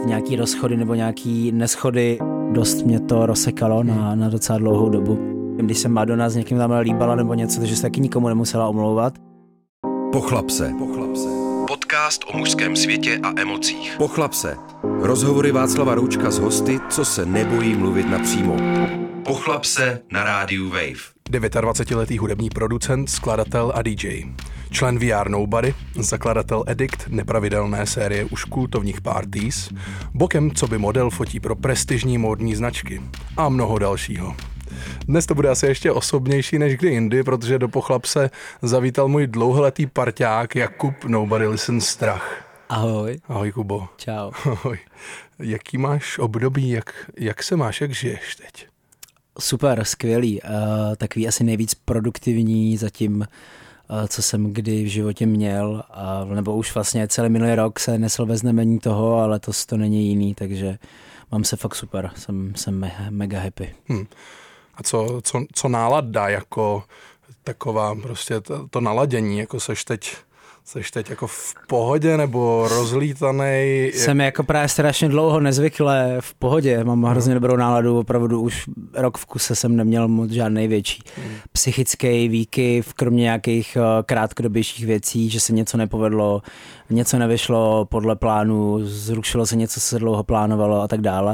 nějaký rozchody nebo nějaký neschody. Dost mě to rozsekalo na docela dlouhou dobu. Když se Madonna s někým tam líbala nebo něco, takže se taky nikomu nemusela omlouvat. Pochlap se. Podcast o mužském světě a emocích. Pochlap se. Rozhovory Václava Roučka s hosty, co se nebojí mluvit napřímo. Pochlap se na rádiu Wave. 29letý hudební producent, skladatel a DJ. Člen VR Nobody, zakladatel Edict, nepravidelné série už kultovních parties, bokem coby model fotí pro prestižní módní značky a mnoho dalšího. Dnes to bude asi ještě osobnější než kdy jindy, protože do Pochlap se zavítal můj dlouholetý parťák Jakub Nobody Listen Strach. Ahoj. Ahoj, Kubo. Čau. Ahoj. Jaký máš období, jak se máš, jak žiješ teď? Super, skvělý. Takový asi nejvíc produktivní zatím, co jsem kdy v životě měl, nebo už vlastně celý minulý rok se nesl ve znamení toho, ale to není jiný, takže mám se fakt super, jsem mega happy. A co nálada jako taková prostě to naladění, jako seš teď jako v pohodě nebo rozlítanej? Jsem jako právě strašně dlouho nezvykle v pohodě, mám hrozně dobrou náladu, opravdu už rok v kuse jsem neměl moc žádnej větší psychický výkyv, kromě nějakých krátkodobějších věcí, že se něco nepovedlo, něco nevyšlo podle plánu, zrušilo se něco, co se dlouho plánovalo a tak dále.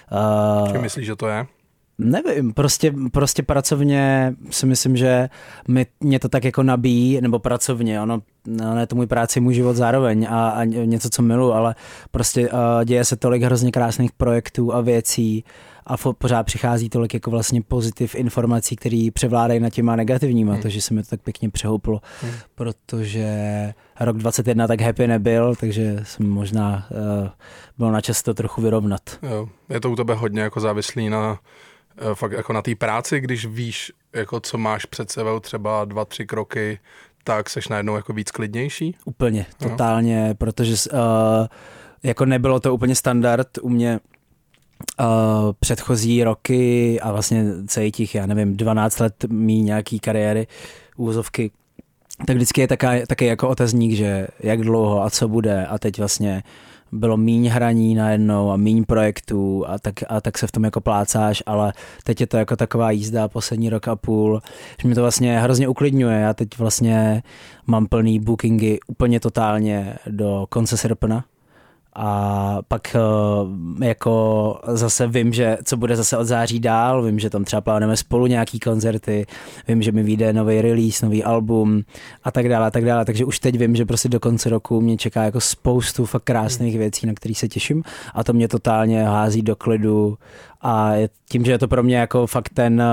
Co myslíš, že to je? Nevím, prostě pracovně si myslím, že mě to tak jako nabíjí, nebo pracovně, ono je to můj práce, můj život zároveň a něco, co miluji, ale prostě děje se tolik hrozně krásných projektů a věcí a pořád přichází tolik jako vlastně pozitiv informací, které převládají nad těma negativníma, takže se mi to tak pěkně přehouplo, protože rok 2021 tak happy nebyl, takže jsem možná byl na čas to trochu vyrovnat. Jo, je to u tebe hodně jako závislý na fakt jako na té práci, když víš, jako co máš před sebou třeba 2-3 kroky, tak seš najednou jako víc klidnější? Úplně, totálně, protože jako nebylo to úplně standard u mě předchozí roky a vlastně celý těch, já nevím, 12 let mý nějaký kariéry, úvozovky, tak vždycky je taky jako otazník, že jak dlouho a co bude a teď vlastně bylo míň hraní najednou a míň projektů a tak se v tom jako plácáš, ale teď je to jako taková jízda poslední rok a půl, že mi to vlastně hrozně uklidňuje. Já teď vlastně mám plný bookingy úplně totálně do konce srpna a pak jako zase vím, že co bude zase od září dál, vím, že tam třeba plánujeme spolu nějaký koncerty, vím, že mi vyjde nový release, nový album a tak dále, takže už teď vím, že prostě do konce roku mě čeká jako spoustu fakt krásných věcí, na které se těším a to mě totálně hází do klidu a tím, že je to pro mě jako fakt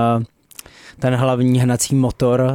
ten hlavní hnací motor,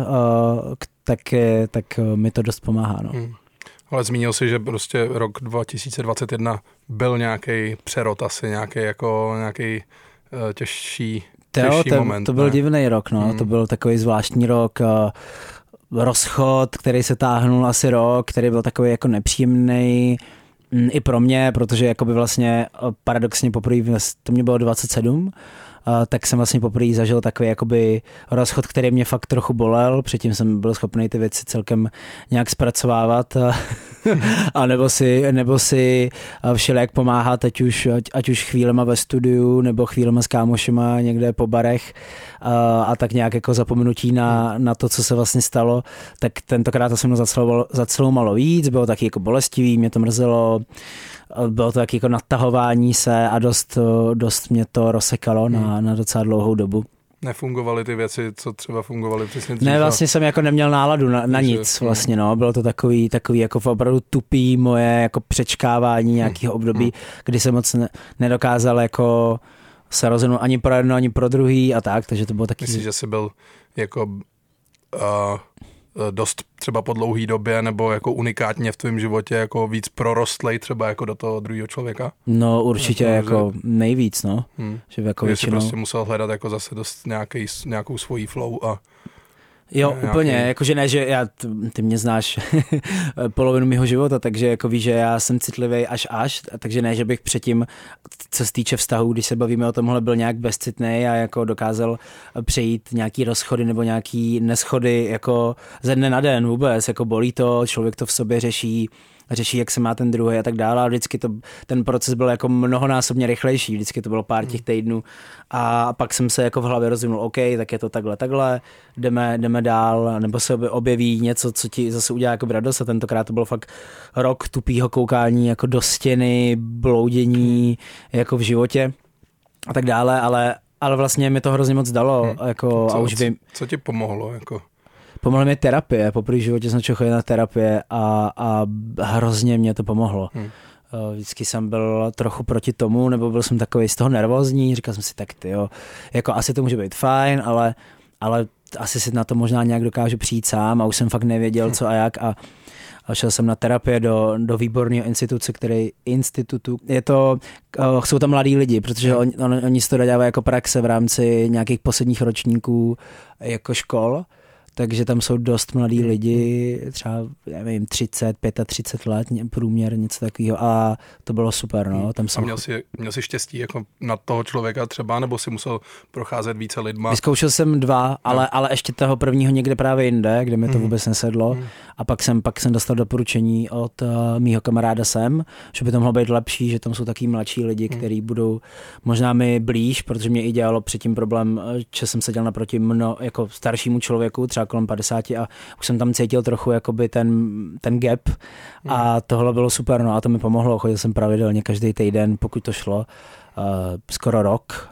tak mi to dost pomáhá, no. Ale zmínil jsi, že prostě rok 2021 byl nějaký přerod asi, nějaký těžší moment. To byl divný rok, no. To byl takový zvláštní rok, rozchod, který se táhnul asi rok, který byl takový jako nepříjemný i pro mě, protože jakoby vlastně paradoxně poprvé, to mě bylo 27, tak jsem vlastně poprvé zažil takový jakoby rozchod, který mě fakt trochu bolel, předtím jsem byl schopný ty věci celkem nějak zpracovávat a nebo si všelijak pomáhat, ať už chvílema ve studiu nebo chvílema s kámošema někde po barech a tak nějak jako zapomenutí na to, co se vlastně stalo, tak tentokrát to se mnou zacloumalo víc, bylo taky jako bolestivý, mě to mrzelo, bylo to taky jako natahování se a dost mě to rozsekalo na docela dlouhou dobu. Nefungovaly ty věci, co třeba fungovaly přesně dřív? Ne, vlastně jsem jako neměl náladu na nic vlastně, no. Bylo to takový jako opravdu tupý moje jako přečkávání nějakého období, kdy jsem moc nedokázal jako se rozhodnout ani pro jedno, ani pro druhý a tak, takže to bylo taky... Myslíš, že jsi byl jako dost třeba po dlouhý době nebo jako unikátně v tvém životě jako víc prorostlej třeba jako do toho druhého člověka? No určitě jako nejvíc, no. Že jako jsi prostě musel hledat jako zase dost nějakou svojí flow a... Jo, úplně, jakože ne, že ty mě znáš polovinu mýho života, takže jako víš, že já jsem citlivý až, takže ne, že bych předtím, co se týče vztahů, když se bavíme o tomhle, byl nějak bezcitnej a jako dokázal přejít nějaký rozchody nebo nějaký neschody jako ze dne na den vůbec, jako bolí to, člověk to v sobě řeší, řeší, jak se má ten druhý a tak dále. A vždycky ten proces byl jako mnohonásobně rychlejší, vždycky to bylo pár těch týdnů. A pak jsem se jako v hlavě rozvinul, OK, tak je to takhle, jdeme dál, nebo se objeví něco, co ti zase udělá jako radost. A tentokrát to bylo fakt rok tupýho koukání jako do stěny, bloudění jako v životě a tak dále, ale vlastně mi to hrozně moc dalo. Jako, a už vím. Co ti pomohlo? Jako? Pomohla mi terapie, poprvé v životě jsem začal chodit na terapie a hrozně mě to pomohlo. Vždycky jsem byl trochu proti tomu, nebo byl jsem takový z toho nervózní, říkal jsem si tak tyjo, jako asi to může být fajn, ale asi si na to možná nějak dokážu přijít sám a už jsem fakt nevěděl co a jak a šel jsem na terapie do výborného institutu. Jsou tam mladí lidi, protože oni si to dávají jako praxe v rámci nějakých posledních ročníků jako škol. Takže tam jsou dost mladí lidi, třeba, nevím, 30, 35 let průměr, něco takového a to bylo super, no. Tam a měl jsi štěstí jako na toho člověka třeba, nebo si musel procházet více lidma? Vyzkoušel jsem 2, ale ještě toho prvního někde právě jinde, kde mi to vůbec nesedlo a pak jsem dostal doporučení od mýho kamaráda že by to mohlo být lepší, že tam jsou taky mladší lidi, kteří budou možná mi blíž, protože mě i dělalo předtím problém, že jsem seděl naproti jako staršímu člověku, třeba kolem 50 a už jsem tam cítil trochu jakoby ten gap a tohle bylo super, no a to mi pomohlo, chodil jsem pravidelně každý týden, pokud to šlo, skoro rok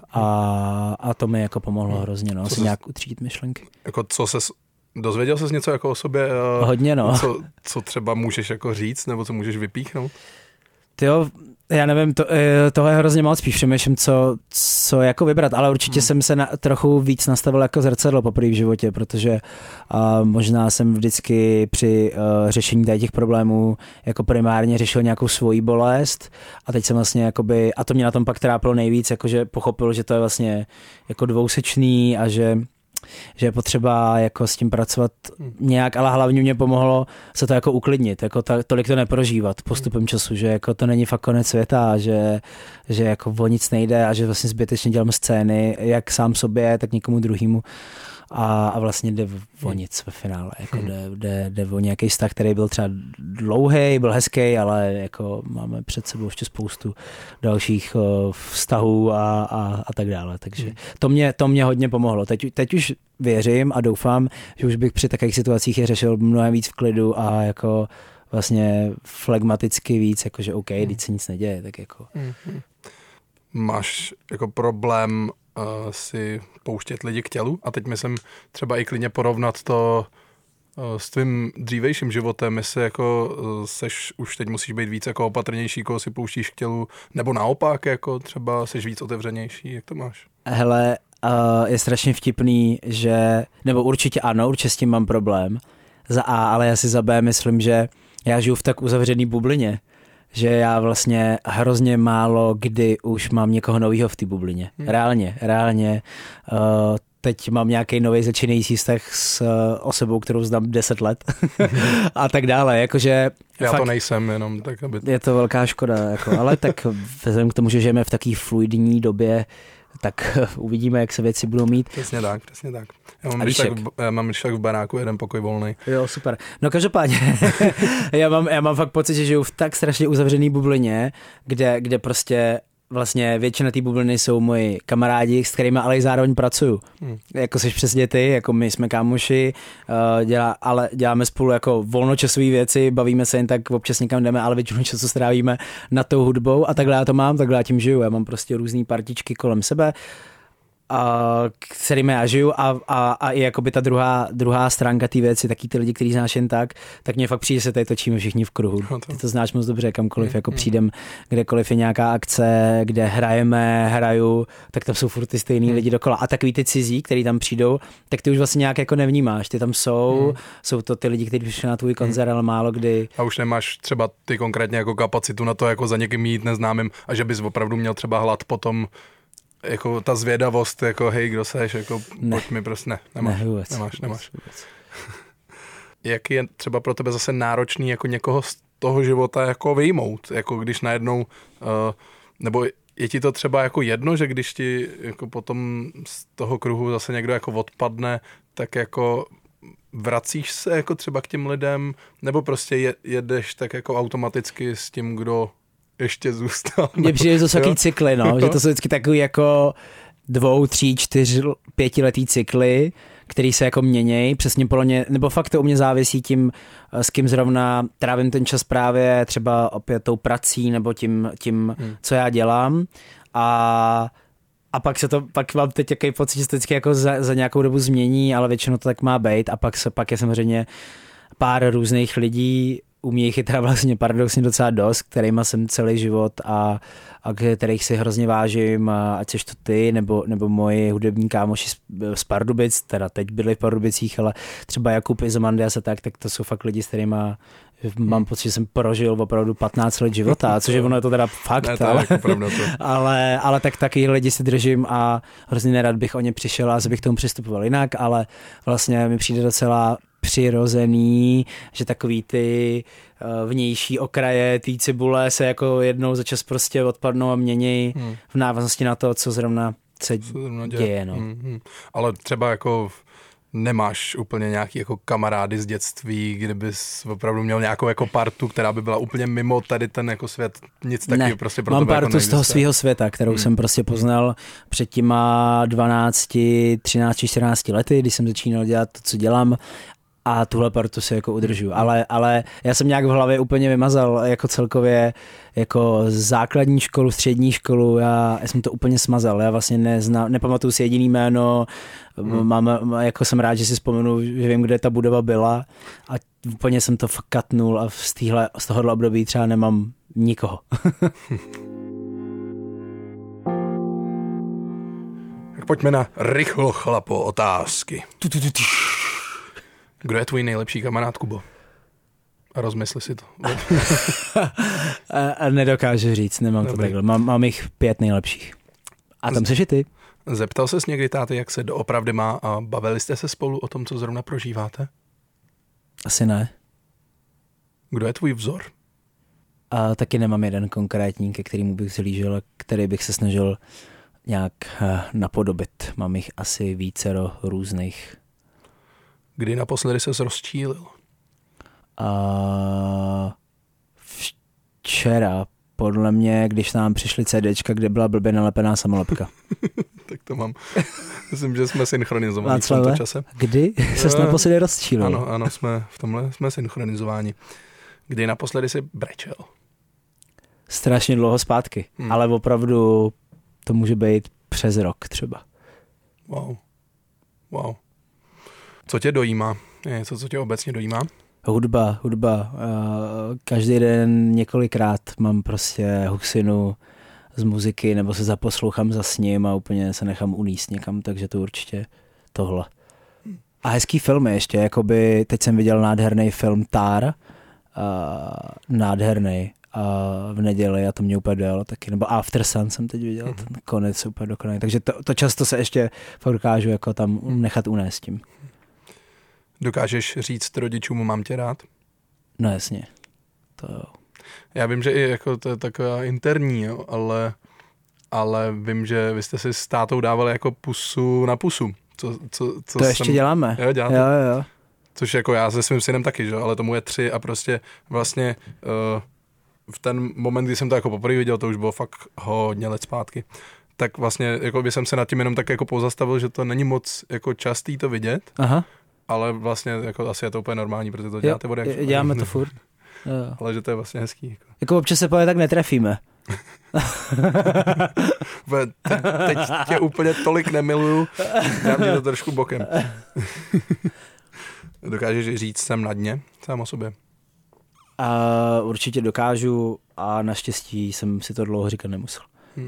a to mi jako pomohlo hrozně, no, si nějak utřídit myšlenky. Jako dozvěděl ses něco jako o sobě? Hodně, no. Co třeba můžeš jako říct, nebo co můžeš vypíchnout? Tyjo, já nevím, toho je hrozně moc, spíš přemýšlím, co jako vybrat, ale určitě jsem se trochu víc nastavil jako zrcadlo poprvé v životě, protože možná jsem vždycky při řešení těch problémů jako primárně řešil nějakou svoji bolest a teď jsem vlastně jakoby, a to mě na tom pak trápilo nejvíc, jakože pochopil, že to je vlastně jako dvousečný a že je potřeba jako s tím pracovat nějak, ale hlavně mě pomohlo se to jako uklidnit, jako tolik to neprožívat postupem času, že jako to není fakt konec světa, že jako o nic nejde a že vlastně zbytečně dělám scény, jak sám sobě, tak někomu druhému a vlastně jde o nic ve finále, jako jde o nějaký vztah, který byl třeba dlouhý, byl hezký, ale jako máme před sebou ještě spoustu dalších vztahů a tak dále, takže to mě hodně pomohlo. Teď už věřím a doufám, že už bych při takových situacích je řešil mnohem víc v klidu a jako vlastně flegmaticky víc, jakože OK, teď se nic neděje, tak jako. Máš jako problém si pouštět lidi k tělu a teď myslím třeba i klidně porovnat to s tvým dřívejším životem, jestli jako už teď musíš být víc jako opatrnější, koho si pouštíš k tělu, nebo naopak jako třeba jsi víc otevřenější, jak to máš? Hele, je strašně vtipný, nebo určitě ano, určitě s tím mám problém, za A, ale já si za B myslím, že já žiju v tak uzavřený bublině, že já vlastně hrozně málo kdy už mám někoho novýho v té bublině. Reálně. Teď mám nějaký nový začínající vztah s osobou, kterou znám 10 let a tak dále. Jakože já fakt, to nejsem jenom tak, aby... Je to velká škoda, jako, ale tak vzhledem k tomu, že žijeme v takové fluidní době, tak uvidíme, jak se věci budou mít. Přesně tak. Já mám když tak v baráku jeden pokoj volný. Jo, super. No každopádně, já mám fakt pocit, že žiju v tak strašně uzavřený bublině, kde prostě vlastně většina té bubliny jsou moji kamarádi, s kterými ale i zároveň pracuju. Jako jsi přesně ty, jako my jsme kámoši, ale děláme spolu jako volnočasové věci, bavíme se jen tak, občas někam jdeme, ale většinu času strávíme na tou hudbou a takhle já to mám, takhle já tím žiju. Já mám prostě různý partičky kolem sebe, kterými já žiju a i jakoby ta druhá stránka té věci, taky ty lidi, kteří znáš jen tak mě fakt přijde, se tady točíme všichni v kruhu. Ty to znáš moc dobře, kamkoliv jako přijdem, kdekoliv je nějaká akce, kde hraju, tak tam jsou furt ty stejný lidi dokola. A takový ty cizí, kteří tam přijdou, tak ty už vlastně nějak jako nevnímáš. Ty tam jsou to ty lidi, kteří přišli na tvůj koncert, ale málo kdy. A už nemáš třeba ty konkrétně jako kapacitu na to jako za někým jít neznámým a že bys opravdu měl třeba hlad potom jako ta zvědavost, jako hej, kdo seš, jako pojď mi prostě, nemáš. Jak je třeba pro tebe zase náročný jako někoho z toho života jako vyjmout, jako když najednou, nebo je ti to třeba jako jedno, že když ti jako potom z toho kruhu zase někdo jako odpadne, tak jako vracíš se jako třeba k těm lidem, nebo prostě jedeš tak jako automaticky s tím, kdo ještě zůstal? Mně přijde to jsou takový cykly, no, že to jsou vždycky takový jako 2, 3, 4, 5letý cykly, který se jako měnějí, přesně podle mě, nebo fakt to u mě závisí tím, s kým zrovna trávím ten čas právě třeba opět tou prací nebo tím co já dělám a pak mám teď jaký pocit, že se to vždycky jako za nějakou dobu změní, ale většinou to tak má být a pak je samozřejmě pár různých lidí, u mě jich je teda vlastně paradoxně docela dost, kterýma jsem celý život a kterých si hrozně vážím, ať seš to ty, nebo moji hudební kámoši z Pardubic, teda teď byli v Pardubicích, ale třeba Jakub Izomandias a tak to jsou fakt lidi, s kterými mám pocit, že jsem prožil opravdu 15 let života, což je ono je to teda fakt, ne, to ale tak taky lidi si držím a hrozně nerad bych o ně přišel a bych k tomu přistupoval jinak, ale vlastně mi přijde docela přirozený, že takový ty vnější okraje té cibule se jako jednou za čas prostě odpadnou a mění v návaznosti na to, co zrovna se děje. No. Ale třeba jako nemáš úplně nějaký jako kamarády z dětství, kde bys opravdu měl nějakou jako partu, která by byla úplně mimo tady ten jako svět, nic takového prostě pro mám tebe partu jako z toho svého světa, kterou jsem prostě poznal před těma 12, 13, 14 lety, když jsem začínal dělat to, co dělám a tuhle partu si jako udržuju. Ale já jsem nějak v hlavě úplně vymazal jako celkově jako základní školu, střední školu, já jsem to úplně smazal. Já vlastně nepamatuju si jediný jméno, jako jsem rád, že si vzpomenu, že vím, kde ta budova byla a úplně jsem to katnul a z tohohle období třeba nemám nikoho. Tak pojďme na rychlo chlapo otázky. Kdo je tvůj nejlepší kamarád, Kubo? A rozmysli si to. Nedokážu říct, nemám to takhle. Mám jich 5 nejlepších. A tam seš i ty. Zeptal ses někdy táty, jak se doopravdy má a bavili jste se spolu o tom, co zrovna prožíváte? Asi ne. Kdo je tvůj vzor? A taky nemám jeden konkrétní, ke kterému bych zhlížel, který bych se snažil nějak napodobit. Mám jich asi vícero různých. Kdy naposledy ses rozčílil? Včera, podle mě, když nám přišly CDčka, kde byla blbě nalepená samolepka. Tak to mám. Myslím, že jsme synchronizovaní v tomto čase. Kdy ses naposledy rozčílil? Ano, v tomhle jsme synchronizováni. Kdy naposledy jsi brečel? Strašně dlouho zpátky, ale opravdu to může být přes rok třeba. Wow. Co tě dojímá? Je něco, co tě obecně dojímá? Hudba. Každý den několikrát mám prostě husinu z muziky nebo se zaposlouchám za sním a úplně se nechám uníst někam, takže to určitě tohle. A hezký filmy ještě, jakoby teď jsem viděl nádherný film Tar, nádherný v neděli a to mě úplně dojalo taky, nebo After Sun jsem teď viděl, ten konec super dokonalý, takže to často se ještě fakt dokážu jako tam nechat unést tím. Dokážeš říct rodičům, mám tě rád? No jasně. To jo. Já vím, že i jako to je taková interní, jo, ale vím, že vy jste si s tátou dávali jako pusu na pusu. Co to ještě děláme. Jo, děláte. Jo. Což jako já se svým synem taky, že? Ale tomu je 3 a prostě vlastně v ten moment, kdy jsem to jako poprvé viděl, to už bylo fakt hodně let zpátky, tak vlastně jako by jsem se nad tím jenom tak jako pozastavil, že to není moc jako častý to vidět. Aha. Ale vlastně jako asi je to úplně normální, protože to děláte od jak. Děláme to furt. Jo. Ale že to je vlastně hezký. Jako občas se tak netrefíme. Teď tě úplně tolik nemiluju, já mě to trošku bokem. Dokážeš říct, jsem na dně sám o sobě? Určitě dokážu a naštěstí jsem si to dlouho říkat nemusel.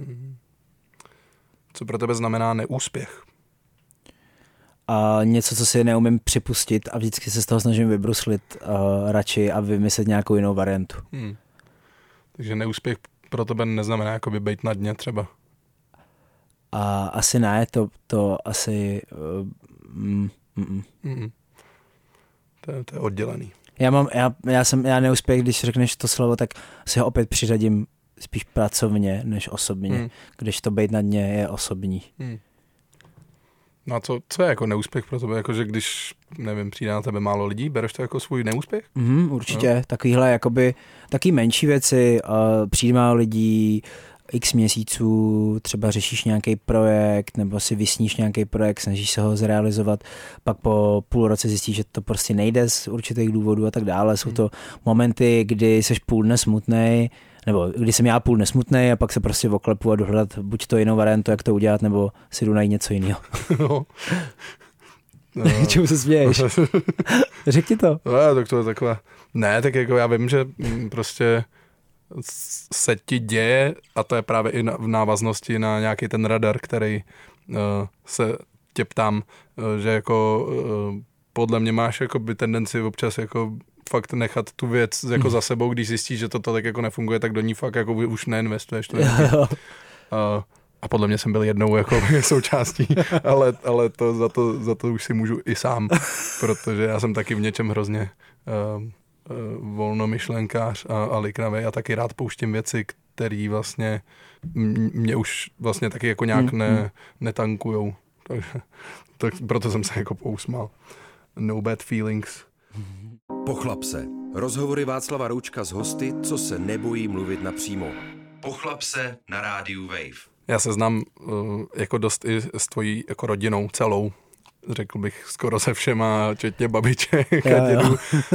Co pro tebe znamená neúspěch? Něco, co si neumím připustit a vždycky se z toho snažím vybruslit radši a vymyslet nějakou jinou variantu. Takže neúspěch pro tebe neznamená jakoby být na dně třeba? Asi ne, to asi... To je oddělený. Já neúspěch, když řekneš to slovo, tak si ho opět přiřadím spíš pracovně než osobně, když to být na dně je osobní. No a co je jako neúspěch pro tebe? Jako, že když, nevím, přijde na tebe málo lidí, bereš to jako svůj neúspěch? Určitě. No. Takovýhle jakoby, taky menší věci, přijde málo lidí, x měsíců, třeba řešíš nějaký projekt, nebo si vysníš nějaký projekt, snažíš se ho zrealizovat, pak po půl roce zjistíš, že to prostě nejde z určitých důvodů a tak dále. Jsou to momenty, kdy seš půl dne smutnej, nebo když jsem já půl dne smutnej a pak se prostě oklepu a jdu hledat buď to jinou variantu, jak to udělat, nebo si jdu najít něco jiného. No. Čemu se směješ? Řekni to. No, tak to je takové. Ne, tak jako já vím, že prostě se ti děje, a to je právě i v návaznosti na nějaký ten radar, který se tě ptám, že jako podle mě máš jako by tendenci občas jako fakt nechat tu věc jako za sebou, když zjistíš, že to tak jako nefunguje, tak do ní fakt jako už neinvestuješ. A podle mě jsem byl jednou jako součástí, ale to za to už si můžu i sám, protože já jsem taky v něčem hrozně volnomyšlenkář a liknavý a taky rád pouštím věci, které vlastně mě už vlastně taky jako nějak netankujou. Tak proto jsem se jako pousmál. No bad feelings. Pochlap se. Rozhovory Václava Roučka s hosty, co se nebojí mluvit napřímo. Pochlap se na rádiu Wave. Já se znám jako dost i s tvojí jako rodinou celou. Řekl bych skoro se všema, včetně babiček a dědů.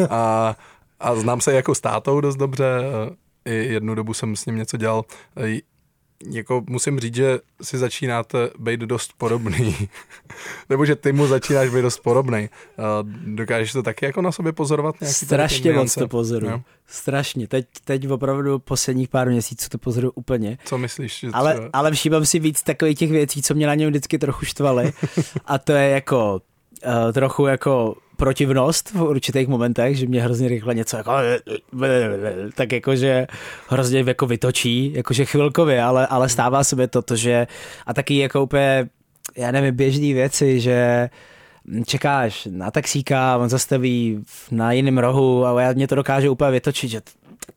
A znám se jako s tátou dost dobře. I jednu dobu jsem s ním něco dělal. Jako musím říct, že si začínáte být dost podobný. Nebo že ty mu začínáš být dost podobný. Dokážeš to taky jako na sobě pozorovat? Strašně moc to pozoruju. No? Strašně. Teď opravdu posledních pár měsíců to pozoruju úplně. Co myslíš? Ale všímám si víc takových těch věcí, co mě na něm vždycky trochu štvaly. A to je jako trochu jako protivnost v určitých momentech, že mě hrozně rychle něco jako tak jakože hrozně jako vytočí, jakože chvilkově, ale stává se mi to, že a taky jako úplně, já nevím, běžný věci, že čekáš na taxíka, on zastaví na jiném rohu a mě to dokáže úplně vytočit, že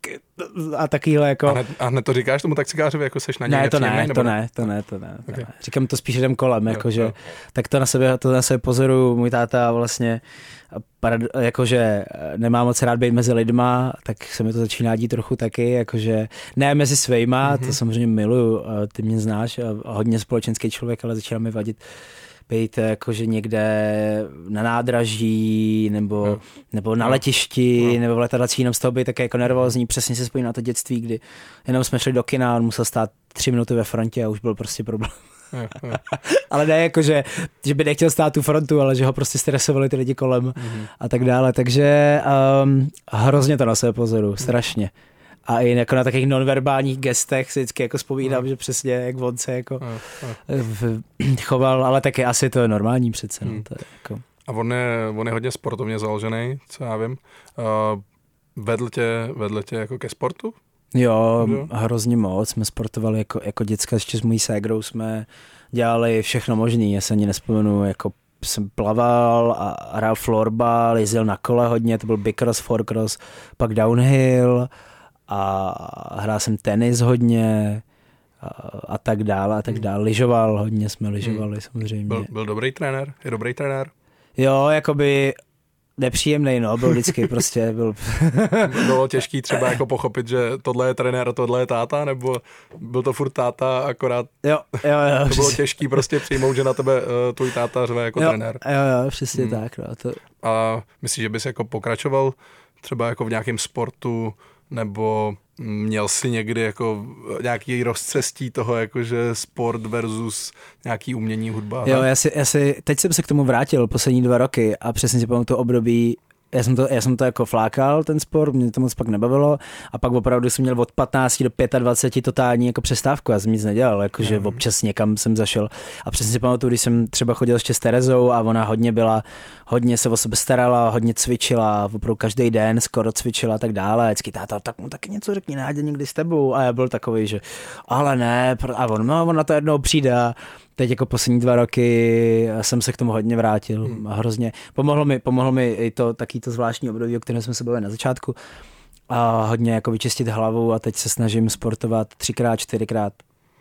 a takovýhle jako... A hned to říkáš tomu taxikářovi, jako seš na něj nepříjemný? To ne. Okay. Říkám to spíš jdem kolem, jakože, tak to na sebe pozoruju, můj táta vlastně, jakože nemá moc rád být mezi lidma, tak se mi to začíná dít trochu taky, jakože ne mezi svejma, to samozřejmě miluju, ty mě znáš, hodně společenský člověk, ale začíná mi vadit být jakože někde na nádraží nebo na letišti nebo v letadlací, jenom z toho být také jako nervózní. Přesně se spojím na to dětství, kdy jenom jsme šli do kina, on musel stát 3 minuty ve frontě a už byl prostě problém. Ale ne jako, že by nechtěl stát tu frontu, ale že ho prostě stresovali ty lidi kolem a tak dále. Takže hrozně to na sebe pozoru, strašně. A i jako na takových nonverbálních gestech si vždycky jako vzpomínám, že přesně jak on se jako choval, ale taky asi to je normální přece. No, to je jako... A on je hodně sportovně založený, co já vím. Vedl tě jako ke sportu? Jo, hrozně moc. Jsme sportovali jako děcka, ještě s mojí ségrou jsme dělali všechno možný. Já se ani nespomenu, jako jsem plaval a hrál florbal, jezdil na kole hodně, to byl bicross, fourcross, pak downhill a hrál jsem tenis hodně a tak dále. Lyžoval hodně, jsme lyžovali samozřejmě. Byl dobrý trenér? Je dobrý trenér? Jo, jakoby nepříjemnej, no, byl vždycky prostě. Bylo těžký třeba jako pochopit, že tohle je trenér a tohle je táta, nebo byl to furt táta, akorát jo, to bylo těžký prostě přijmout, že na tebe tvůj táta řve jako trenér. Jo, přesně tak. No, to... A myslíš, že bys jako pokračoval třeba jako v nějakém sportu, nebo měl jsi někdy jako nějaký rozcestí toho, jakože sport versus nějaký umění, hudba? Jo, teď jsem se k tomu vrátil poslední 2 roky a přesně si pamatuju to období, já jsem to jako flákal, ten sport, mě to moc pak nebavilo a pak opravdu jsem měl od 15 do 25 totální jako přestávku, já jsem nic nedělal, jakože občas někam jsem zašel a přesně si pamatuju, když jsem třeba chodil ještě s Terezou a ona hodně se o sebe starala, hodně cvičila, opravdu každý den skoro cvičila a tak dále, vždycky táta, tak mu taky něco řekni, najde někdy s tebou a já byl takový, že ale ne, a on na to jednou přijde a teď jako poslední 2 roky jsem se k tomu hodně vrátil a hrozně. Pomohlo mi i to taky to zvláštní období, o kterém jsme se bavili na začátku a hodně jako vyčistit hlavu a teď se snažím sportovat 3x, 4x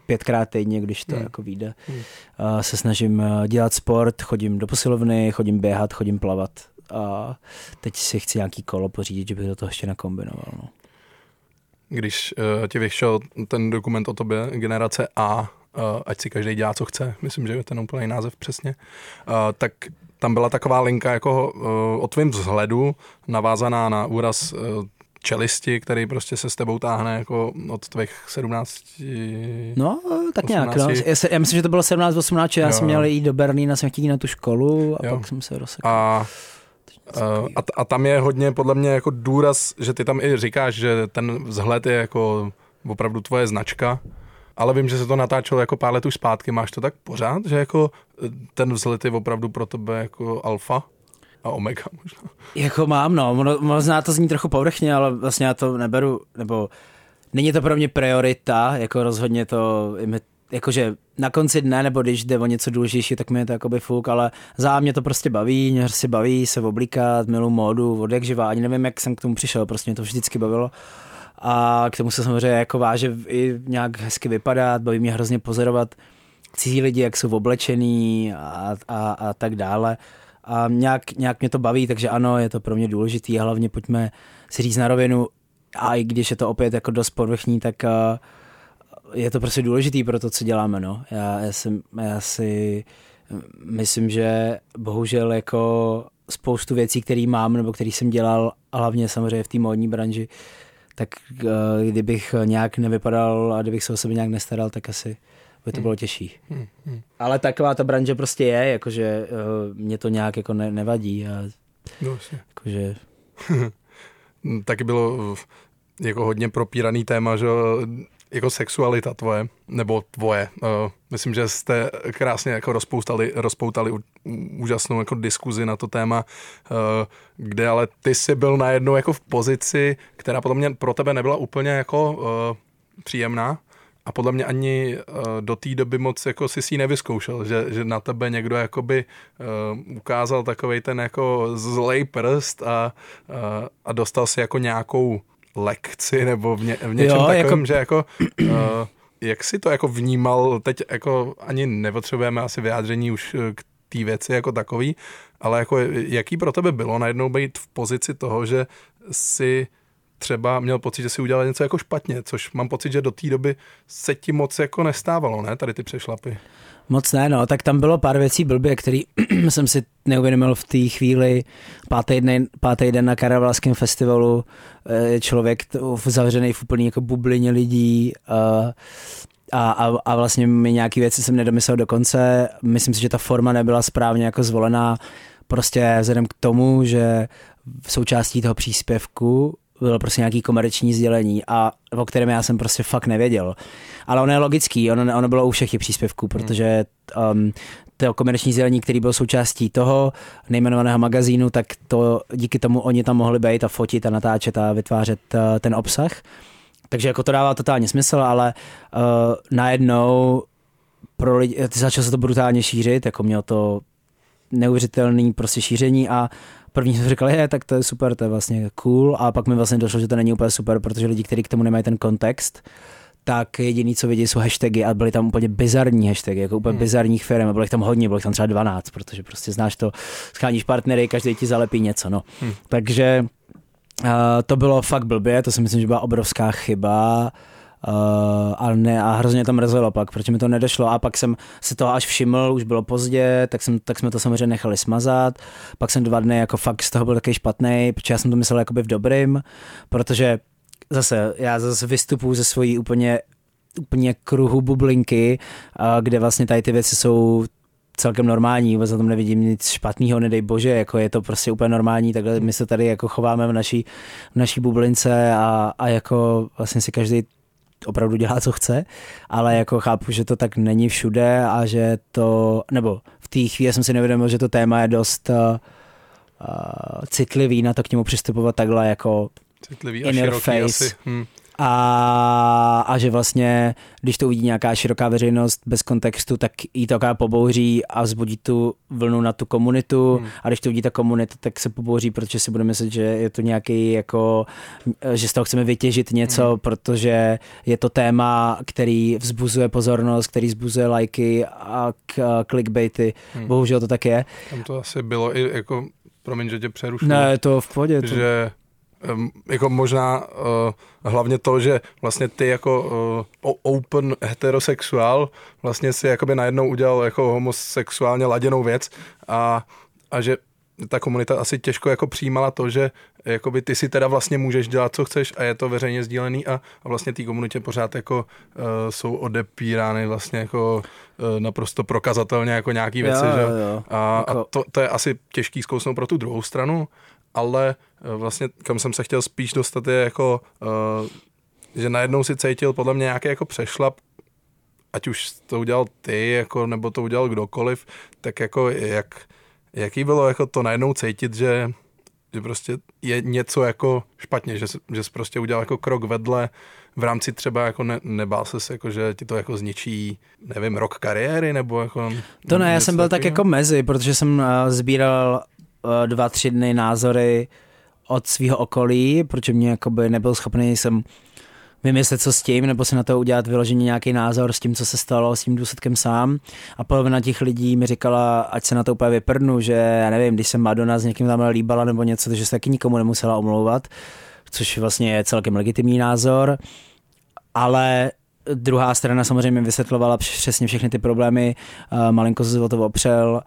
5krát týdně, když to jako vyjde. Se snažím dělat sport, chodím do posilovny, chodím běhat, chodím plavat. A teď si chci nějaký kolo pořídit, že bych do toho ještě nakombinoval. No. Když ti vyšel ten dokument o tobě, Generace A, ať si každý dělá, co chce, myslím, že je ten úplný název přesně, tak tam byla taková linka jako o tvým vzhledu, navázaná na úraz čelisti, který prostě se s tebou táhne jako od tvých 17... No, tak 18. nějak. No. Já myslím, že to bylo 17-18, já jsem měl jít do Berlína, jsem chtěl jít na tu školu a pak jsem se rozsekl. A tam je hodně podle mě jako důraz, že ty tam i říkáš, že ten vzhled je jako opravdu tvoje značka, ale vím, že se to natáčelo jako pár let už zpátky. Máš to tak pořád, že jako ten vzhled je opravdu pro tebe jako alfa a omega možná? Jako mám, no. Možná to zní trochu povrchně, ale vlastně já to neberu, nebo není to pro mě priorita, jako rozhodně to, jakože na konci dne, nebo když jde o něco důležitější, tak mi je to jakoby fuk, ale mě to prostě baví, mě si baví se oblíkat, miluji módu, od jak živá, ani nevím, jak jsem k tomu přišel, prostě mě to vždycky bavilo. A k tomu se samozřejmě jako váže i nějak hezky vypadat, baví mě hrozně pozorovat cizí lidi, jak jsou oblečený a tak dále. A nějak mě to baví, takže ano, je to pro mě důležitý a hlavně pojďme si říct na rovinu, a i když je to opět jako dost povrchní, tak je to prostě důležitý pro to, co děláme. No. Já si myslím, že bohužel jako spoustu věcí, které mám nebo které jsem dělal, a hlavně samozřejmě v té módní branži, tak kdybych nějak nevypadal a kdybych se o sebe nějak nestaral, tak asi by to bylo těžší. Ale taková ta branže prostě je, jakože mě to nějak jako nevadí. Jakože... Taky bylo jako hodně propíraný téma, že jako sexualita tvoje, nebo tvoje. Myslím, že jste krásně jako rozpoutali úžasnou jako diskuzi na to téma, kde ale ty jsi byl najednou jako v pozici, která podle mě pro tebe nebyla úplně jako příjemná a podle mě ani do té doby moc jako si ji nevyzkoušel, že na tebe někdo jakoby ukázal takovej ten jako zlej prst a dostal si jako nějakou lekci nebo v něčem takovém, že jako jak jsi to jako vnímal, teď jako ani nepotřebujeme asi vyjádření už k té věci jako takový, ale jako jaký pro tebe bylo najednou být v pozici toho, že si třeba měl pocit, že si udělal něco jako špatně, což mám pocit, že do té doby se ti moc jako nestávalo, ne, tady ty přešlapy. Moc ne, no, tak tam bylo pár věcí blbě, který jsem si neuvědomil v té chvíli. Pátý den na Karlovarském festivalu, je člověk zavřený v úplný jako bublině lidí a vlastně mi nějaký věci jsem nedomyslel do konce. Myslím si, že ta forma nebyla správně jako zvolená, prostě vzhledem k tomu, že v součástí toho příspěvku bylo prostě nějaký komerční sdělení a o kterém já jsem prostě fakt nevěděl. Ale ono je logický, ono bylo u všech těch příspěvků, protože to komerční sdělení, který byl součástí toho nejmenovaného magazínu, tak to díky tomu oni tam mohli být a fotit a natáčet a vytvářet ten obsah. Takže jako to dává totálně smysl, ale najednou pro lidi, začalo se to brutálně šířit, jako mělo to neuvěřitelný prostě šíření a první jsme říkali, tak to je super, to je vlastně cool a pak mi vlastně došlo, že to není úplně super, protože lidi, kteří k tomu nemají ten kontext, tak jediný, co vidí, jsou hashtagy a byly tam úplně bizarní hashtagy, jako úplně bizarních firm a bylo jich tam hodně, bylo jich tam třeba 12, protože prostě znáš to, scháníš partnery, každý ti zalepí něco, no. Takže to bylo fakt blbě, to si myslím, že byla obrovská chyba, a hrozně to mrzelo pak, protože mi to nedošlo a pak jsem se toho až všiml, už bylo pozdě, tak jsme to samozřejmě nechali smazat, pak jsem 2 dny jako fakt z toho byl takový špatnej, protože já jsem to myslel jakoby v dobrým, protože já zase vystupuji ze svojí úplně kruhu bublinky, kde vlastně tady ty věci jsou celkem normální, vůbec na tom nevidím nic špatného, nedej bože, jako je to prostě úplně normální, takhle my se tady jako chováme v naší bublince a jako vlastně si každý opravdu dělá, co chce, ale jako chápu, že to tak není všude a že to, nebo v té chvíli jsem si nevědomil, že to téma je dost citlivý na to k němu přistupovat takhle jako citlivý in your face. a že vlastně, když to uvidí nějaká široká veřejnost bez kontextu, tak jí to taková pobouří a vzbudí tu vlnu na tu komunitu a když to uvidí ta komunita, tak se pobouří, protože si bude myslet, že je to nějaký jako, že z toho chceme vytěžit něco, protože je to téma, který vzbuzuje pozornost, který vzbuzuje lajky a clickbaity. Bohužel to tak je. Tam to asi bylo i jako, promiň, že tě přerušuji. Ne, je to v pohodě. Že jako možná hlavně to, že vlastně ty jako open heterosexuál vlastně si jakoby najednou udělal jako homosexuálně laděnou věc a že ta komunita asi těžko jako přijímala to, že jakoby ty si teda vlastně můžeš dělat, co chceš a je to veřejně sdílený a vlastně té komunitě pořád jako jsou odepírány vlastně jako naprosto prokazatelně jako nějaký věci, že? Jo. A to je asi těžký zkousnout pro tu druhou stranu, ale vlastně kam jsem se chtěl spíš dostat je jako, že najednou si cítil podle mě nějaký jako přešlap, ať už to udělal ty, jako, nebo to udělal kdokoliv, tak jako jaký bylo jako to najednou cítit, že prostě je něco jako špatně, že jsi prostě udělal jako krok vedle v rámci třeba jako nebál ses, jako, že ti to jako zničí, nevím, rok kariéry, nebo jako... To ne, já jsem byl tak jako mezi, protože jsem sbíral 2-3 dny názory od svého okolí, protože mě jakoby nebyl schopný jsem vymyslet, co s tím, nebo si na to udělat vyloženě nějaký názor s tím, co se stalo, s tím důsledkem sám. A polovina těch lidí mi říkala, ať se na to úplně vyprdnu, že já nevím, když se Madonna s někým tam líbala nebo něco, takže se taky nikomu nemusela omlouvat, což vlastně je celkem legitimní názor. Ale druhá strana samozřejmě vysvětlovala přesně všechny ty problémy, malinko se o to opřel,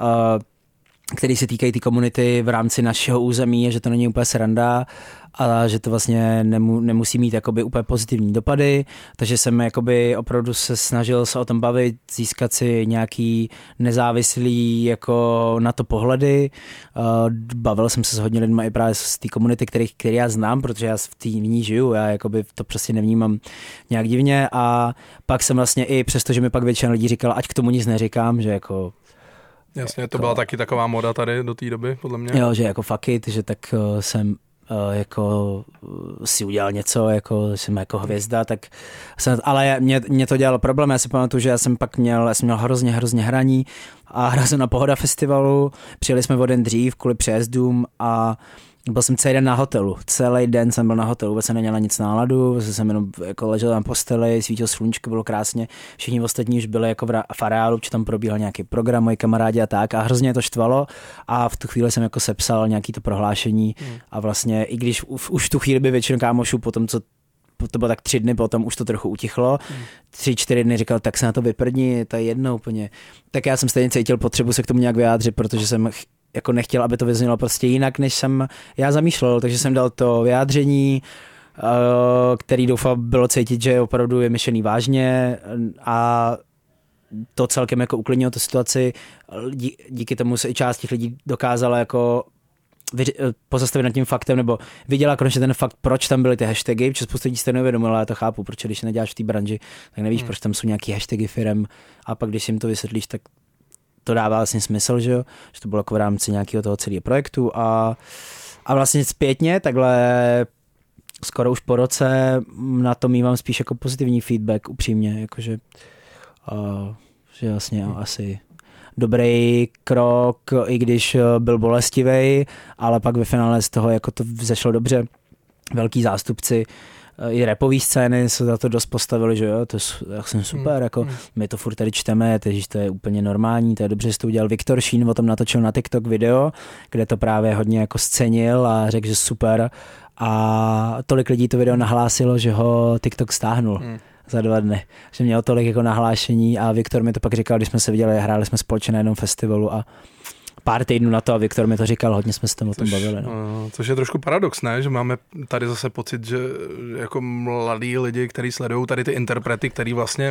který se týkají té komunity v rámci našeho území, že to není úplně sranda a že to vlastně nemusí mít jakoby úplně pozitivní dopady, takže jsem jakoby opravdu se snažil se o tom bavit, získat si nějaký nezávislý jako na to pohledy. Bavil jsem se s hodně lidmi i právě z té komunity, který já znám, protože já v ní žiju, já jakoby to prostě nevnímám nějak divně a pak jsem vlastně i přesto, že mi pak většina lidí říkala, ať k tomu nic neříkám, že jako jasně, to byla taky taková moda tady do té doby, podle mě. Jo, že jako fuck it, že tak jsem jako si udělal něco, jako jsem jako hvězda, tak jsem, ale mě to dělalo problém, já si pamatuju, že já jsem měl hrozně hraní a hrál jsem na Pohoda festivalu, přijeli jsme o den dřív kvůli přejezdům a byl jsem celý den na hotelu. Celý den jsem byl na hotelu, vůbec jsem neměl na nic náladu, jsem jenom jako ležel na posteli, svítil sluníčko, bylo krásně. Všichni ostatní už byli jako v areálu, protože tam probíhal nějaký program, moji kamarádi a tak a hrozně to štvalo a v tu chvíli jsem jako sepsal nějaký to prohlášení a vlastně i když už v tu chvíli by většinu kámošů potom, co to bylo tak 3 dny, potom už to trochu utichlo. 3-4 dny říkal, tak se na to vyprdni, to je jedno úplně. Tak já jsem stejně cítil potřebu se k tomu nějak vyjádřit, protože jsem jako nechtěl, aby to vyznělo prostě jinak, než jsem já zamýšlel, takže jsem dal to vyjádření, který doufám bylo cítit, že opravdu je myšlený vážně a to celkem jako uklidnilo tu situaci. Díky tomu se i část těch lidí dokázala jako pozastavit nad tím faktem, nebo viděla konečně ten fakt, proč tam byly ty hashtagy, protože spousta lidí se neuvědomila, já to chápu, protože když neděláš v té branži, tak nevíš, proč tam jsou nějaký hashtagy firem a pak když jim to vysvětlíš, tak to dává vlastně smysl, že to bylo jako v rámci nějakého toho celého projektu a vlastně zpětně takhle skoro už po roce na to mívám spíš jako pozitivní feedback upřímně, jakože že vlastně asi dobrý krok, i když byl bolestivý, ale pak ve finále z toho jako to vzešlo dobře. Velký zástupci i rapový scény se za to dost postavili, že jo, to je super, jako my to furt tady čteme, takže to je úplně normální, to je dobře, že to udělal Viktor Šín, o tom natočil na TikTok video, kde to právě hodně jako scenil a řekl, že super a tolik lidí to video nahlásilo, že ho TikTok stáhnul za 2 dny, že měl tolik jako nahlášení a Viktor mi to pak říkal, když jsme se viděli, hráli jsme společně na jednom festivalu a pár týdnů na to a Viktor mi to říkal, hodně jsme se tam o tom bavili. No. Což je trošku paradox, ne? Že máme tady zase pocit, že jako mladí lidi, kteří sledují tady ty interprety, který vlastně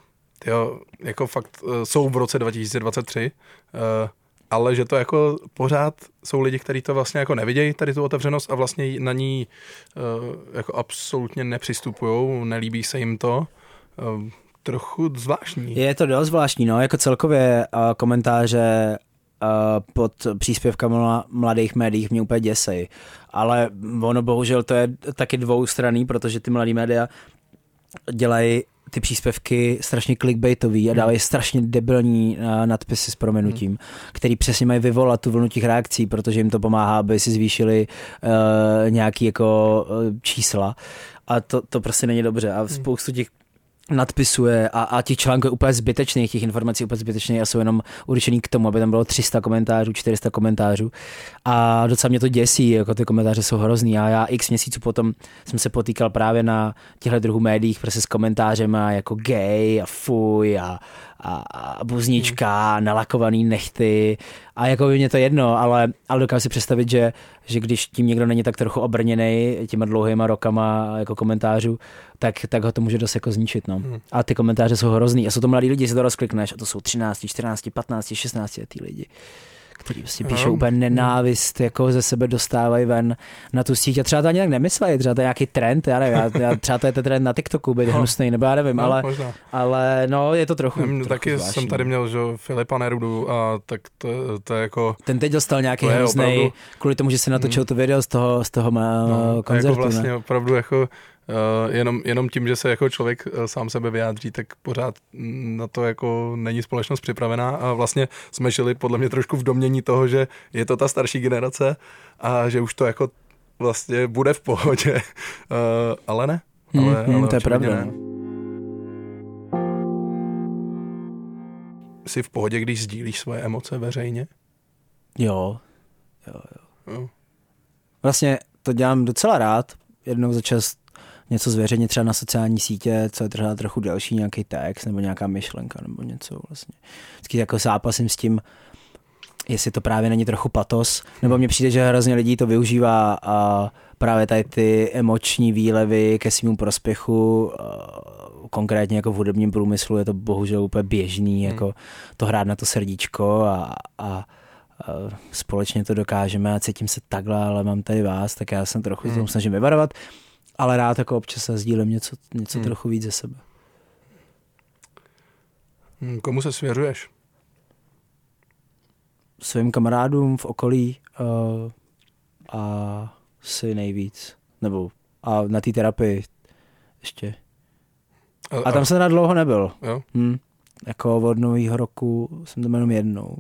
jako fakt jsou v roce 2023, ale že to jako pořád jsou lidi, kteří to vlastně jako nevidějí, tady tu otevřenost a vlastně na ní jako absolutně nepřistupujou, nelíbí se jim to. Trochu zvláštní. Je to dost zvláštní, no, jako celkově komentáře pod příspěvkama mladých médiích mě úplně děsej. Ale ono bohužel to je taky dvoustranný, protože ty mladý média dělají ty příspěvky strašně clickbaitový a dávají strašně debilní nadpisy s prominutím, který přesně mají vyvolat tu vlnu těch reakcí, protože jim to pomáhá, aby si zvýšili nějaký jako čísla. A to prostě není dobře. A spoustu těch nadpisuje a těch článků je úplně zbytečných, těch informací úplně zbytečných a jsou jenom určený k tomu, aby tam bylo 300 komentářů, 400 komentářů a docela mě to děsí, jako ty komentáře jsou hrozný a já x měsíců potom jsem se potýkal právě na těchto druhých médiích prostě s komentářema jako gay a fuj a buznička, nalakovaný nechty a jako by mě to jedno, ale dokážu si představit, že když tím někdo není tak trochu obrněnej těma dlouhýma rokama jako komentářů, tak ho to může dost jako zničit. No. A ty komentáře jsou hrozný a jsou to mladí lidi, si to rozklikneš a to jsou 13, 14, 15, 16 letý lidi, kteří prostě píšou úplně nenávist, jako ze sebe dostávají ven na tu síť a třeba to ani tak nemyslejí, třeba to je nějaký trend, já nevím, třeba to je ten trend na TikToku, být hnusnej, nebo já nevím, ale no, je to trochu taky zvláštní. Jsem tady měl, že Filipa Nerudu a tak to je jako... Ten teď dostal nějaký hroznej, opravdu... kvůli tomu, že si natočil to video z toho koncertu. Jako vlastně opravdu jako jenom tím, že se jako člověk sám sebe vyjádří, tak pořád na to jako není společnost připravená a vlastně jsme žili podle mě trošku v domnění toho, že je to ta starší generace a že už to jako vlastně bude v pohodě, ale ne. Ale to je pravda. Ne. Jsi v pohodě, když sdílíš svoje emoce veřejně? Jo. Vlastně to dělám docela rád, jednou za čas něco zveřejnit třeba na sociální sítě, co je třeba trochu delší, nějaký text nebo nějaká myšlenka nebo něco vlastně. Vždycky jako zápasím s tím, jestli to právě není trochu patos, nebo mně přijde, že hrozně lidí to využívá a právě tady ty emoční výlevy ke svému prospěchu, konkrétně jako v hudebním průmyslu je to bohužel úplně běžný, jako to hrát na to srdíčko a společně to dokážeme a cítím se takhle, ale mám tady vás, tak já jsem trochu tomu snažím vyvarovat. Ale rád jako občas sdílím něco trochu víc ze sebe. Komu se svěřuješ? Svým kamarádům v okolí a si nejvíc. Nebo a na té terapii ještě. A tam jsem dlouho nebyl. Jo? Jako od nového roku jsem tam jenom jednou.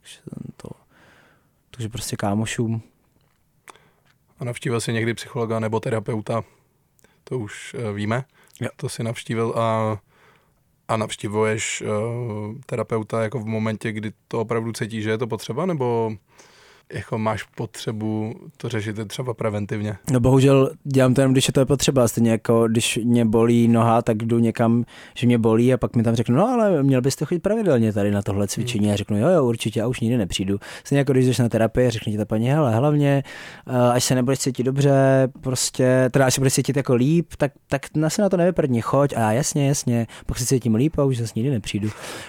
Takže prostě kámošům. A navštívil jsi někdy psychologa nebo terapeuta? To už víme. Jo. To si navštívil a navštívuješ terapeuta jako v momentě, kdy to opravdu cítíš, že je to potřeba, nebo jako máš potřebu to řešit třeba preventivně? No bohužel dělám to jenom, když je to potřeba. Stejně jako když mě bolí noha, tak jdu někam, že mě bolí a pak mi tam řeknu, no ale měl byste chodit pravidelně tady na tohle cvičení. A řeknu, jo, určitě, a už nikdy nepřijdu. Stejně jako když jdeš na terapii a řekne ti ta paní, hele, hlavně, až se nebudeš cítit dobře, prostě, teda až se budeš cítit jako líp, tak se na to nevyprdni, choď. A jasně, pak se cítím líp a už zase nikdy nepřijdu.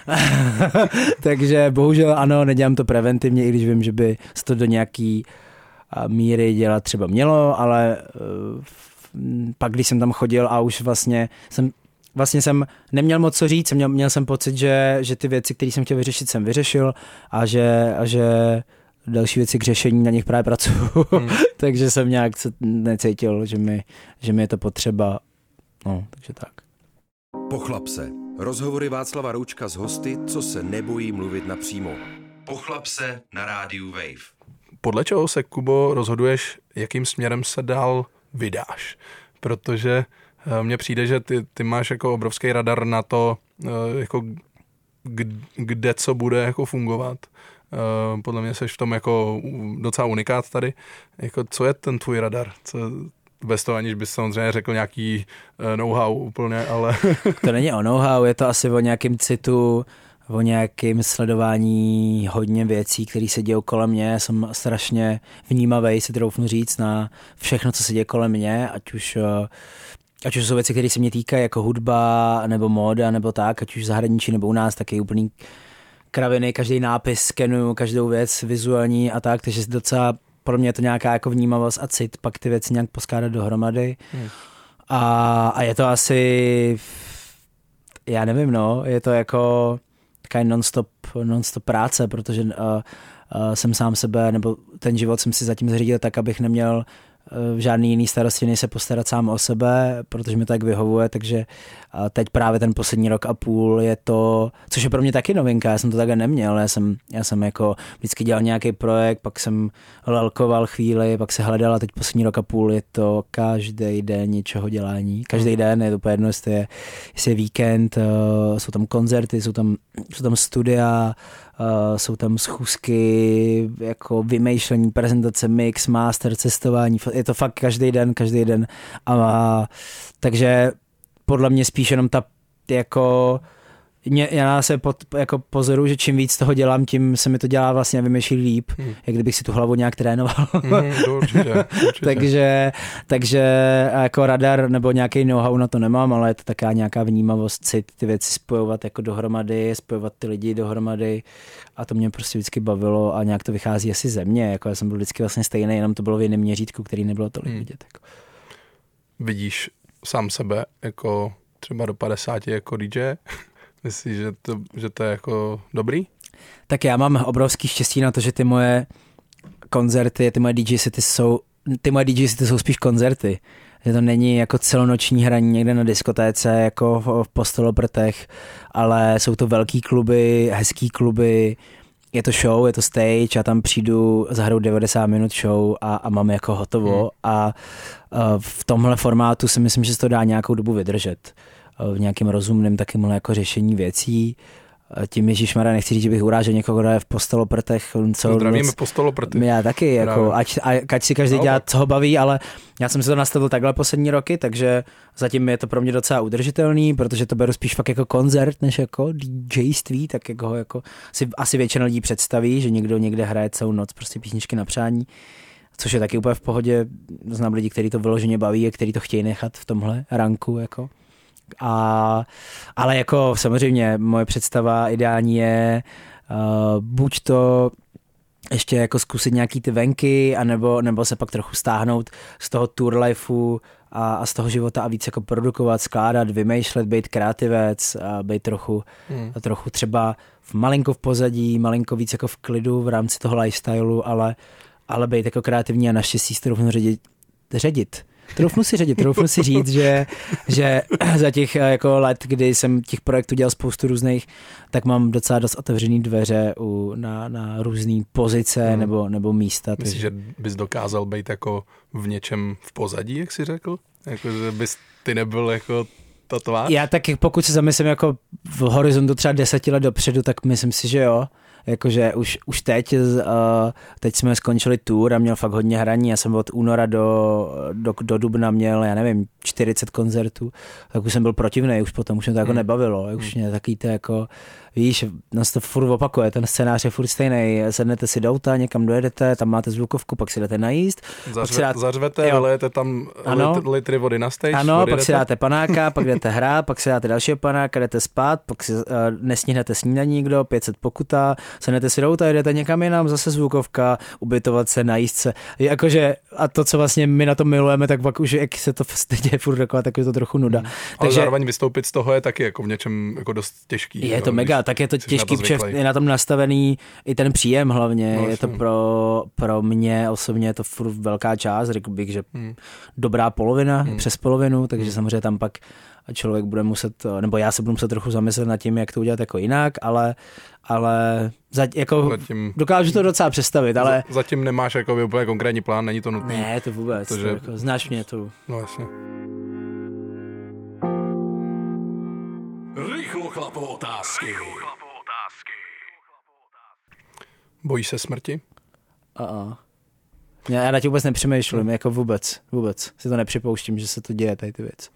Takže bohužel ano, nedělám to preventivně, i když vím, že by to do nějaký míry dělat třeba mělo, ale pak, když jsem tam chodil a už vlastně jsem neměl moc co říct, měl jsem pocit, že ty věci, které jsem chtěl vyřešit, jsem vyřešil a že další věci k řešení na nich právě pracuju. Takže jsem nějak necítil, že mi je to potřeba. No, takže tak. Pochlap se. Rozhovory Václava Roučka s hosty, co se nebojí mluvit napřímo. Pochlap se na rádiu Wave. Podle čeho se, Kubo, rozhoduješ, jakým směrem se dál vydáš? Protože mně přijde, že ty máš jako obrovský radar na to, jako kde co bude jako fungovat. Podle mě seš v tom jako docela unikát tady. Jako, co je ten tvůj radar? Bez toho, aniž bys samozřejmě řekl nějaký know-how úplně, ale... To není o know-how, je to asi o nějakém citu, o nějakém sledování hodně věcí, které se dějou kolem mě. Jsem strašně vnímavý, si troufnu říct, na všechno, co se děje kolem mě, ať už jsou věci, které se mě týkají, jako hudba, nebo móda, nebo tak, ať už v zahraničí, nebo u nás, taky úplný kraviny, každý nápis skenuju, každou věc vizuální a tak, takže docela pro mě je to nějaká jako vnímavost a cit, pak ty věci nějak poskládat dohromady. A je to asi, já nevím, no, je to jako taková non-stop práce, protože jsem sám sebe, nebo ten život jsem si zatím zařídil tak, abych neměl žádný jiný starosti, než se postarat sám o sebe, protože mi to tak vyhovuje, takže teď právě ten poslední rok a půl je to, což je pro mě taky novinka, já jsem to takhle neměl, já jsem jako vždycky dělal nějaký projekt, pak jsem lelkoval chvíli, pak se hledal a teď poslední rok a půl je to každý den něčeho dělání, každý den, je to úplně jedno, jestli je víkend, jsou tam koncerty, jsou tam studia, jsou tam schůzky, jako vymýšlení, prezentace, mix, master, cestování, je to fakt každý den takže podle mě spíš jenom ta jako já se jako pozoruju, že čím víc toho dělám, tím se mi to dělá vlastně vymýšlí líp, jak kdybych si tu hlavu nějak trénoval. Určitě. takže jako radar nebo nějaký know-how na to nemám, ale je to taká nějaká vnímavost, cit, ty věci spojovat jako dohromady, spojovat ty lidi dohromady a to mě prostě vždycky bavilo a nějak to vychází asi ze mě, jako já jsem byl vždycky vlastně stejný, jenom to bylo v jiném měřítku, který nebylo tolik vidět. Jako. Vidíš sám sebe jako třeba do 50 jako DJ? Myslíš, že to je jako dobrý? Tak já mám obrovský štěstí na to, že ty moje koncerty, ty moje DJ sety jsou spíš koncerty. Že to není jako celonoční hraní někde na diskotéce, jako v Postoloprtech, ale jsou to velký kluby, hezký kluby, je to show, je to stage, já tam přijdu, zahraju 90 minut show a mám jako hotovo a v tomhle formátu si myslím, že se to dá nějakou dobu vydržet. V nějakým rozumném takýmhle jako řešení věcí. Tím ježišmarja nechci říct, že bych urážel někoho, kdo je v Postoloprtech. Zdravíme Postoloprty. Já taky, jako, ať si každý dělá, co ho baví, ale já jsem si to nastavil takhle poslední roky, takže zatím je to pro mě docela udržitelný, protože to beru spíš fakt jako koncert, než jako DJství, tak jako si asi většina lidí představí, že někdo někde hraje celou noc prostě písničky na přání, což je taky úplně v pohodě. Znám lidi, kteří to vyloženě baví a kteří to chtějí nechat v tomhle ranku, jako. Ale jako samozřejmě moje představa ideální je buď to ještě jako zkusit nějaký ty venky, nebo se pak trochu stáhnout z toho tour lifeu a z toho života a víc jako produkovat, skládat, vymýšlet, být kreativec, a být trochu třeba malinko v pozadí, malinko víc jako v klidu v rámci toho lifestylu, ale být jako kreativní a naštěstí si trochu řadit. Troufnu si říct, že za těch jako let, kdy jsem těch projektů dělal spoustu různých, tak mám docela dost otevřený dveře na různé pozice nebo místa. Myslíš, že bys dokázal být jako v něčem v pozadí, jak jsi řekl? Jako, že bys ty nebyl jako ta tvář? Já tak pokud se zamyslím jako v horizontu třeba 10 let dopředu, tak myslím si, že jo. Jakože už teď jsme skončili tour a měl fakt hodně hraní. Já jsem od února do dubna měl, já nevím, 40 koncertů. Tak už jsem byl protivnej, už potom už mě to jako nebavilo. Už mě takový to jako, víš, nás to furt opakuje, ten scénář je furt stejný. Sednete si do auta, někam dojedete, tam máte zvukovku, pak si jdete najíst. Zařvete, vylejete tam litry vody na stage. Ano, odjedete. Pak si dáte panáka, pak jdete hrát, pak si dáte dalšího panáka, jdete spát, pak si nesníhnete snídaní nikdo, 500 pokuta, sednete si do auta, jdete někam jinam, zase zvukovka, ubytovat se, najíst se. Jakože, a to, co vlastně my na to milujeme, tak pak už, jak se to děje furt dokola, tak je to trochu nuda. Ale zároveň vystoupit z toho je taky jako v něčem jako dost těžký. Je to mega, tak je to těžký, protože je na tom nastavený i ten příjem hlavně. No, je to pro mě osobně je to furt velká část, řekl bych, že dobrá polovina, přes polovinu, takže samozřejmě tam pak člověk bude muset, nebo já se budu muset trochu zamyslet nad tím, jak to udělat jako jinak, ale jako dokážu to docela představit, ale... Zatím nemáš jako úplně konkrétní plán, není to nutné. Ne, to vůbec, to, jako, znáš mě to. No jasně. Rychlochlapo otázky. Bojíš se smrti? Já na tě vůbec nepřemýšlím, jako vůbec si to nepřipouštím, že se to děje, tady ty věci.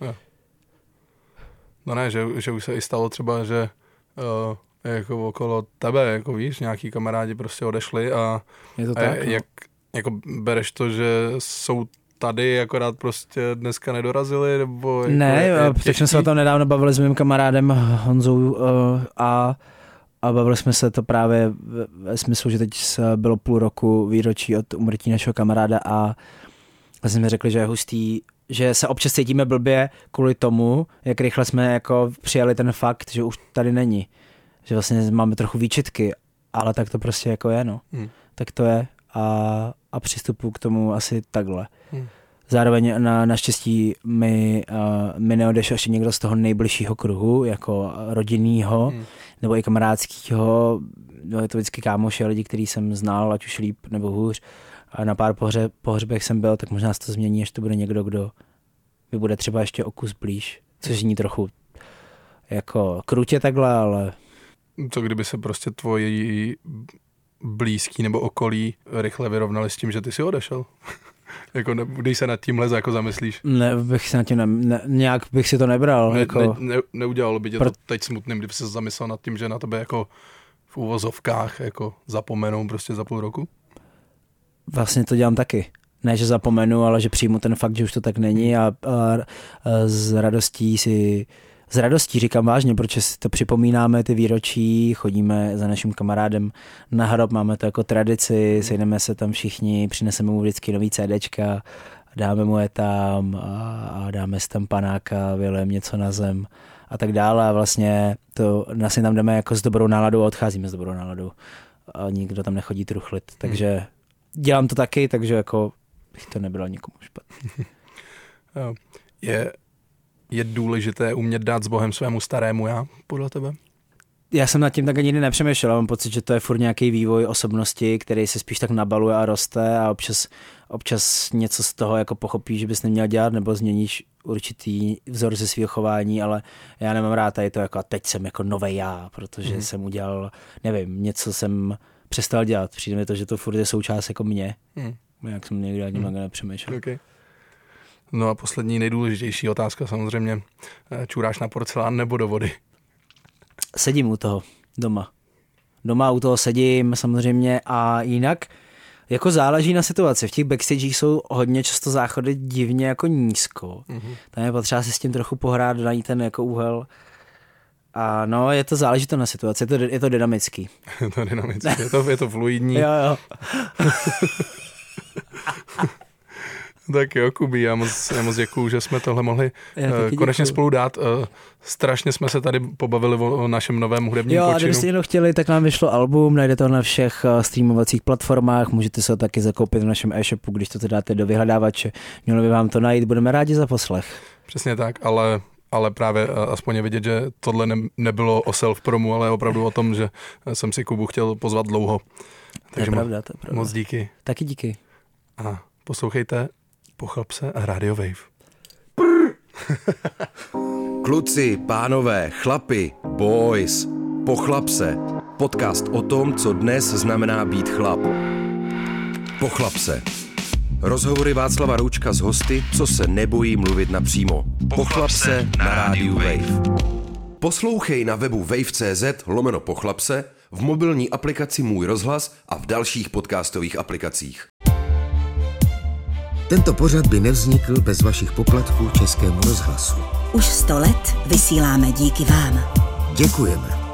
No ne, že už se i stalo třeba, že jako okolo tebe, jako víš, nějaký kamarádi prostě odešli a jak jako bereš to, že jsou tady, akorát prostě dneska nedorazili, nebo... Ne, protože jsme se o tom nedávno bavili s mým kamarádem Honzou a bavili jsme se to právě ve smyslu, že teď bylo půl roku výročí od úmrtí našeho kamaráda a vlastně jsme řekli, že je hustý, že se občas cítíme blbě kvůli tomu, jak rychle jsme jako přijali ten fakt, že už tady není. že vlastně máme trochu výčitky, ale tak to prostě jako je, no. Tak to je a přistupuji k tomu asi takhle. Zároveň naštěstí mi neodešel ještě někdo z toho nejbližšího kruhu, jako rodinnýho, nebo i kamarádskýho, byli to vždycky kámoši, lidi, který jsem znal, ať už líp nebo hůř. A na pár pohřbech jsem byl, tak možná se to změní, až to bude někdo, kdo mi bude třeba ještě o kus blíž, což zní trochu jako krutě takhle, ale... Co kdyby se prostě tvoji blízký nebo okolí rychle vyrovnali s tím, že ty jsi odešel? Jako když se nad tímhle jako zamyslíš? Ne, bych se nad tím nějak bych si to nebral. Neudělalo by tě to teď smutným, kdyby se zamyslel nad tím, že na tebe jako v úvozovkách jako zapomenou prostě za půl roku? Vlastně to dělám taky. Ne, že zapomenu, ale že přijmu ten fakt, že už to tak není a s radostí říkám vážně, protože si to připomínáme, ty výročí, chodíme za naším kamarádem na hrob, máme to jako tradici, sejdeme se tam všichni, přineseme mu vždycky nový CDčka, dáme mu je tam a dáme si tam panáka, vylejeme něco na zem a tak dále a vlastně to vlastně tam jdeme jako s dobrou náladou a odcházíme s dobrou náladou a nikdo tam nechodí truchlit, takže dělám to taky, takže jako bych to nebral nikomu špatně. Je důležité umět dát s Bohem svému starému já, podle tebe? Já jsem nad tím tak nikdy nepřemýšlel, mám pocit, že to je furt nějaký vývoj osobnosti, který se spíš tak nabaluje a roste a občas něco z toho jako pochopíš, že bys neměl dělat, nebo změníš určitý vzor ze svého chování, ale já nemám rád tady to jako a teď jsem jako novej já, protože jsem udělal, nevím, něco jsem přestal dělat. Přijde mi to, že to furt je součást jako mě. Jak jsem někdy ani nepřemýšlel. Okay. No a poslední nejdůležitější otázka samozřejmě. Čuráš na porcelán nebo do vody? Sedím u toho doma. Doma u toho sedím samozřejmě a jinak jako záleží na situaci. V těch backstagech jsou hodně často záchody divně jako nízko. Tam je potřeba si s tím trochu pohrát, najít ten jako úhel. A no, záleží to na situaci, je to dynamický. Je to fluidní. Jo. Tak jo, Kubi, já moc děkuju, že jsme tohle mohli konečně spolu dát. Strašně jsme se tady pobavili o našem novém hudebním počinu. Jo, a kdybyste jenom chtěli, tak nám vyšlo album, najdete ho na všech streamovacích platformách, můžete se ho taky zakoupit v našem e-shopu, když to dáte do vyhledávače. Mělo by vám to najít, budeme rádi za poslech. Přesně tak, ale právě aspoň je vidět, že tohle nebylo o self-promu, ale opravdu o tom, že jsem si Kubu chtěl pozvat dlouho. Takže to je pravda. Moc díky. Taky díky. A poslouchejte Pochlap se a Radio Wave. Kluci, pánové, chlapi, boys, Pochlap se. Podcast o tom, co dnes znamená být chlap. Pochlap se. Rozhovory Václava Roučka s hosty, co se nebojí mluvit napřímo. Pochlap se na rádiu Wave. Poslouchej na webu wave.cz/Pochlap se, v mobilní aplikaci Můj rozhlas a v dalších podcastových aplikacích. Tento pořad by nevznikl bez vašich poplatků Českému rozhlasu. Už 100 let vysíláme díky vám. Děkujeme.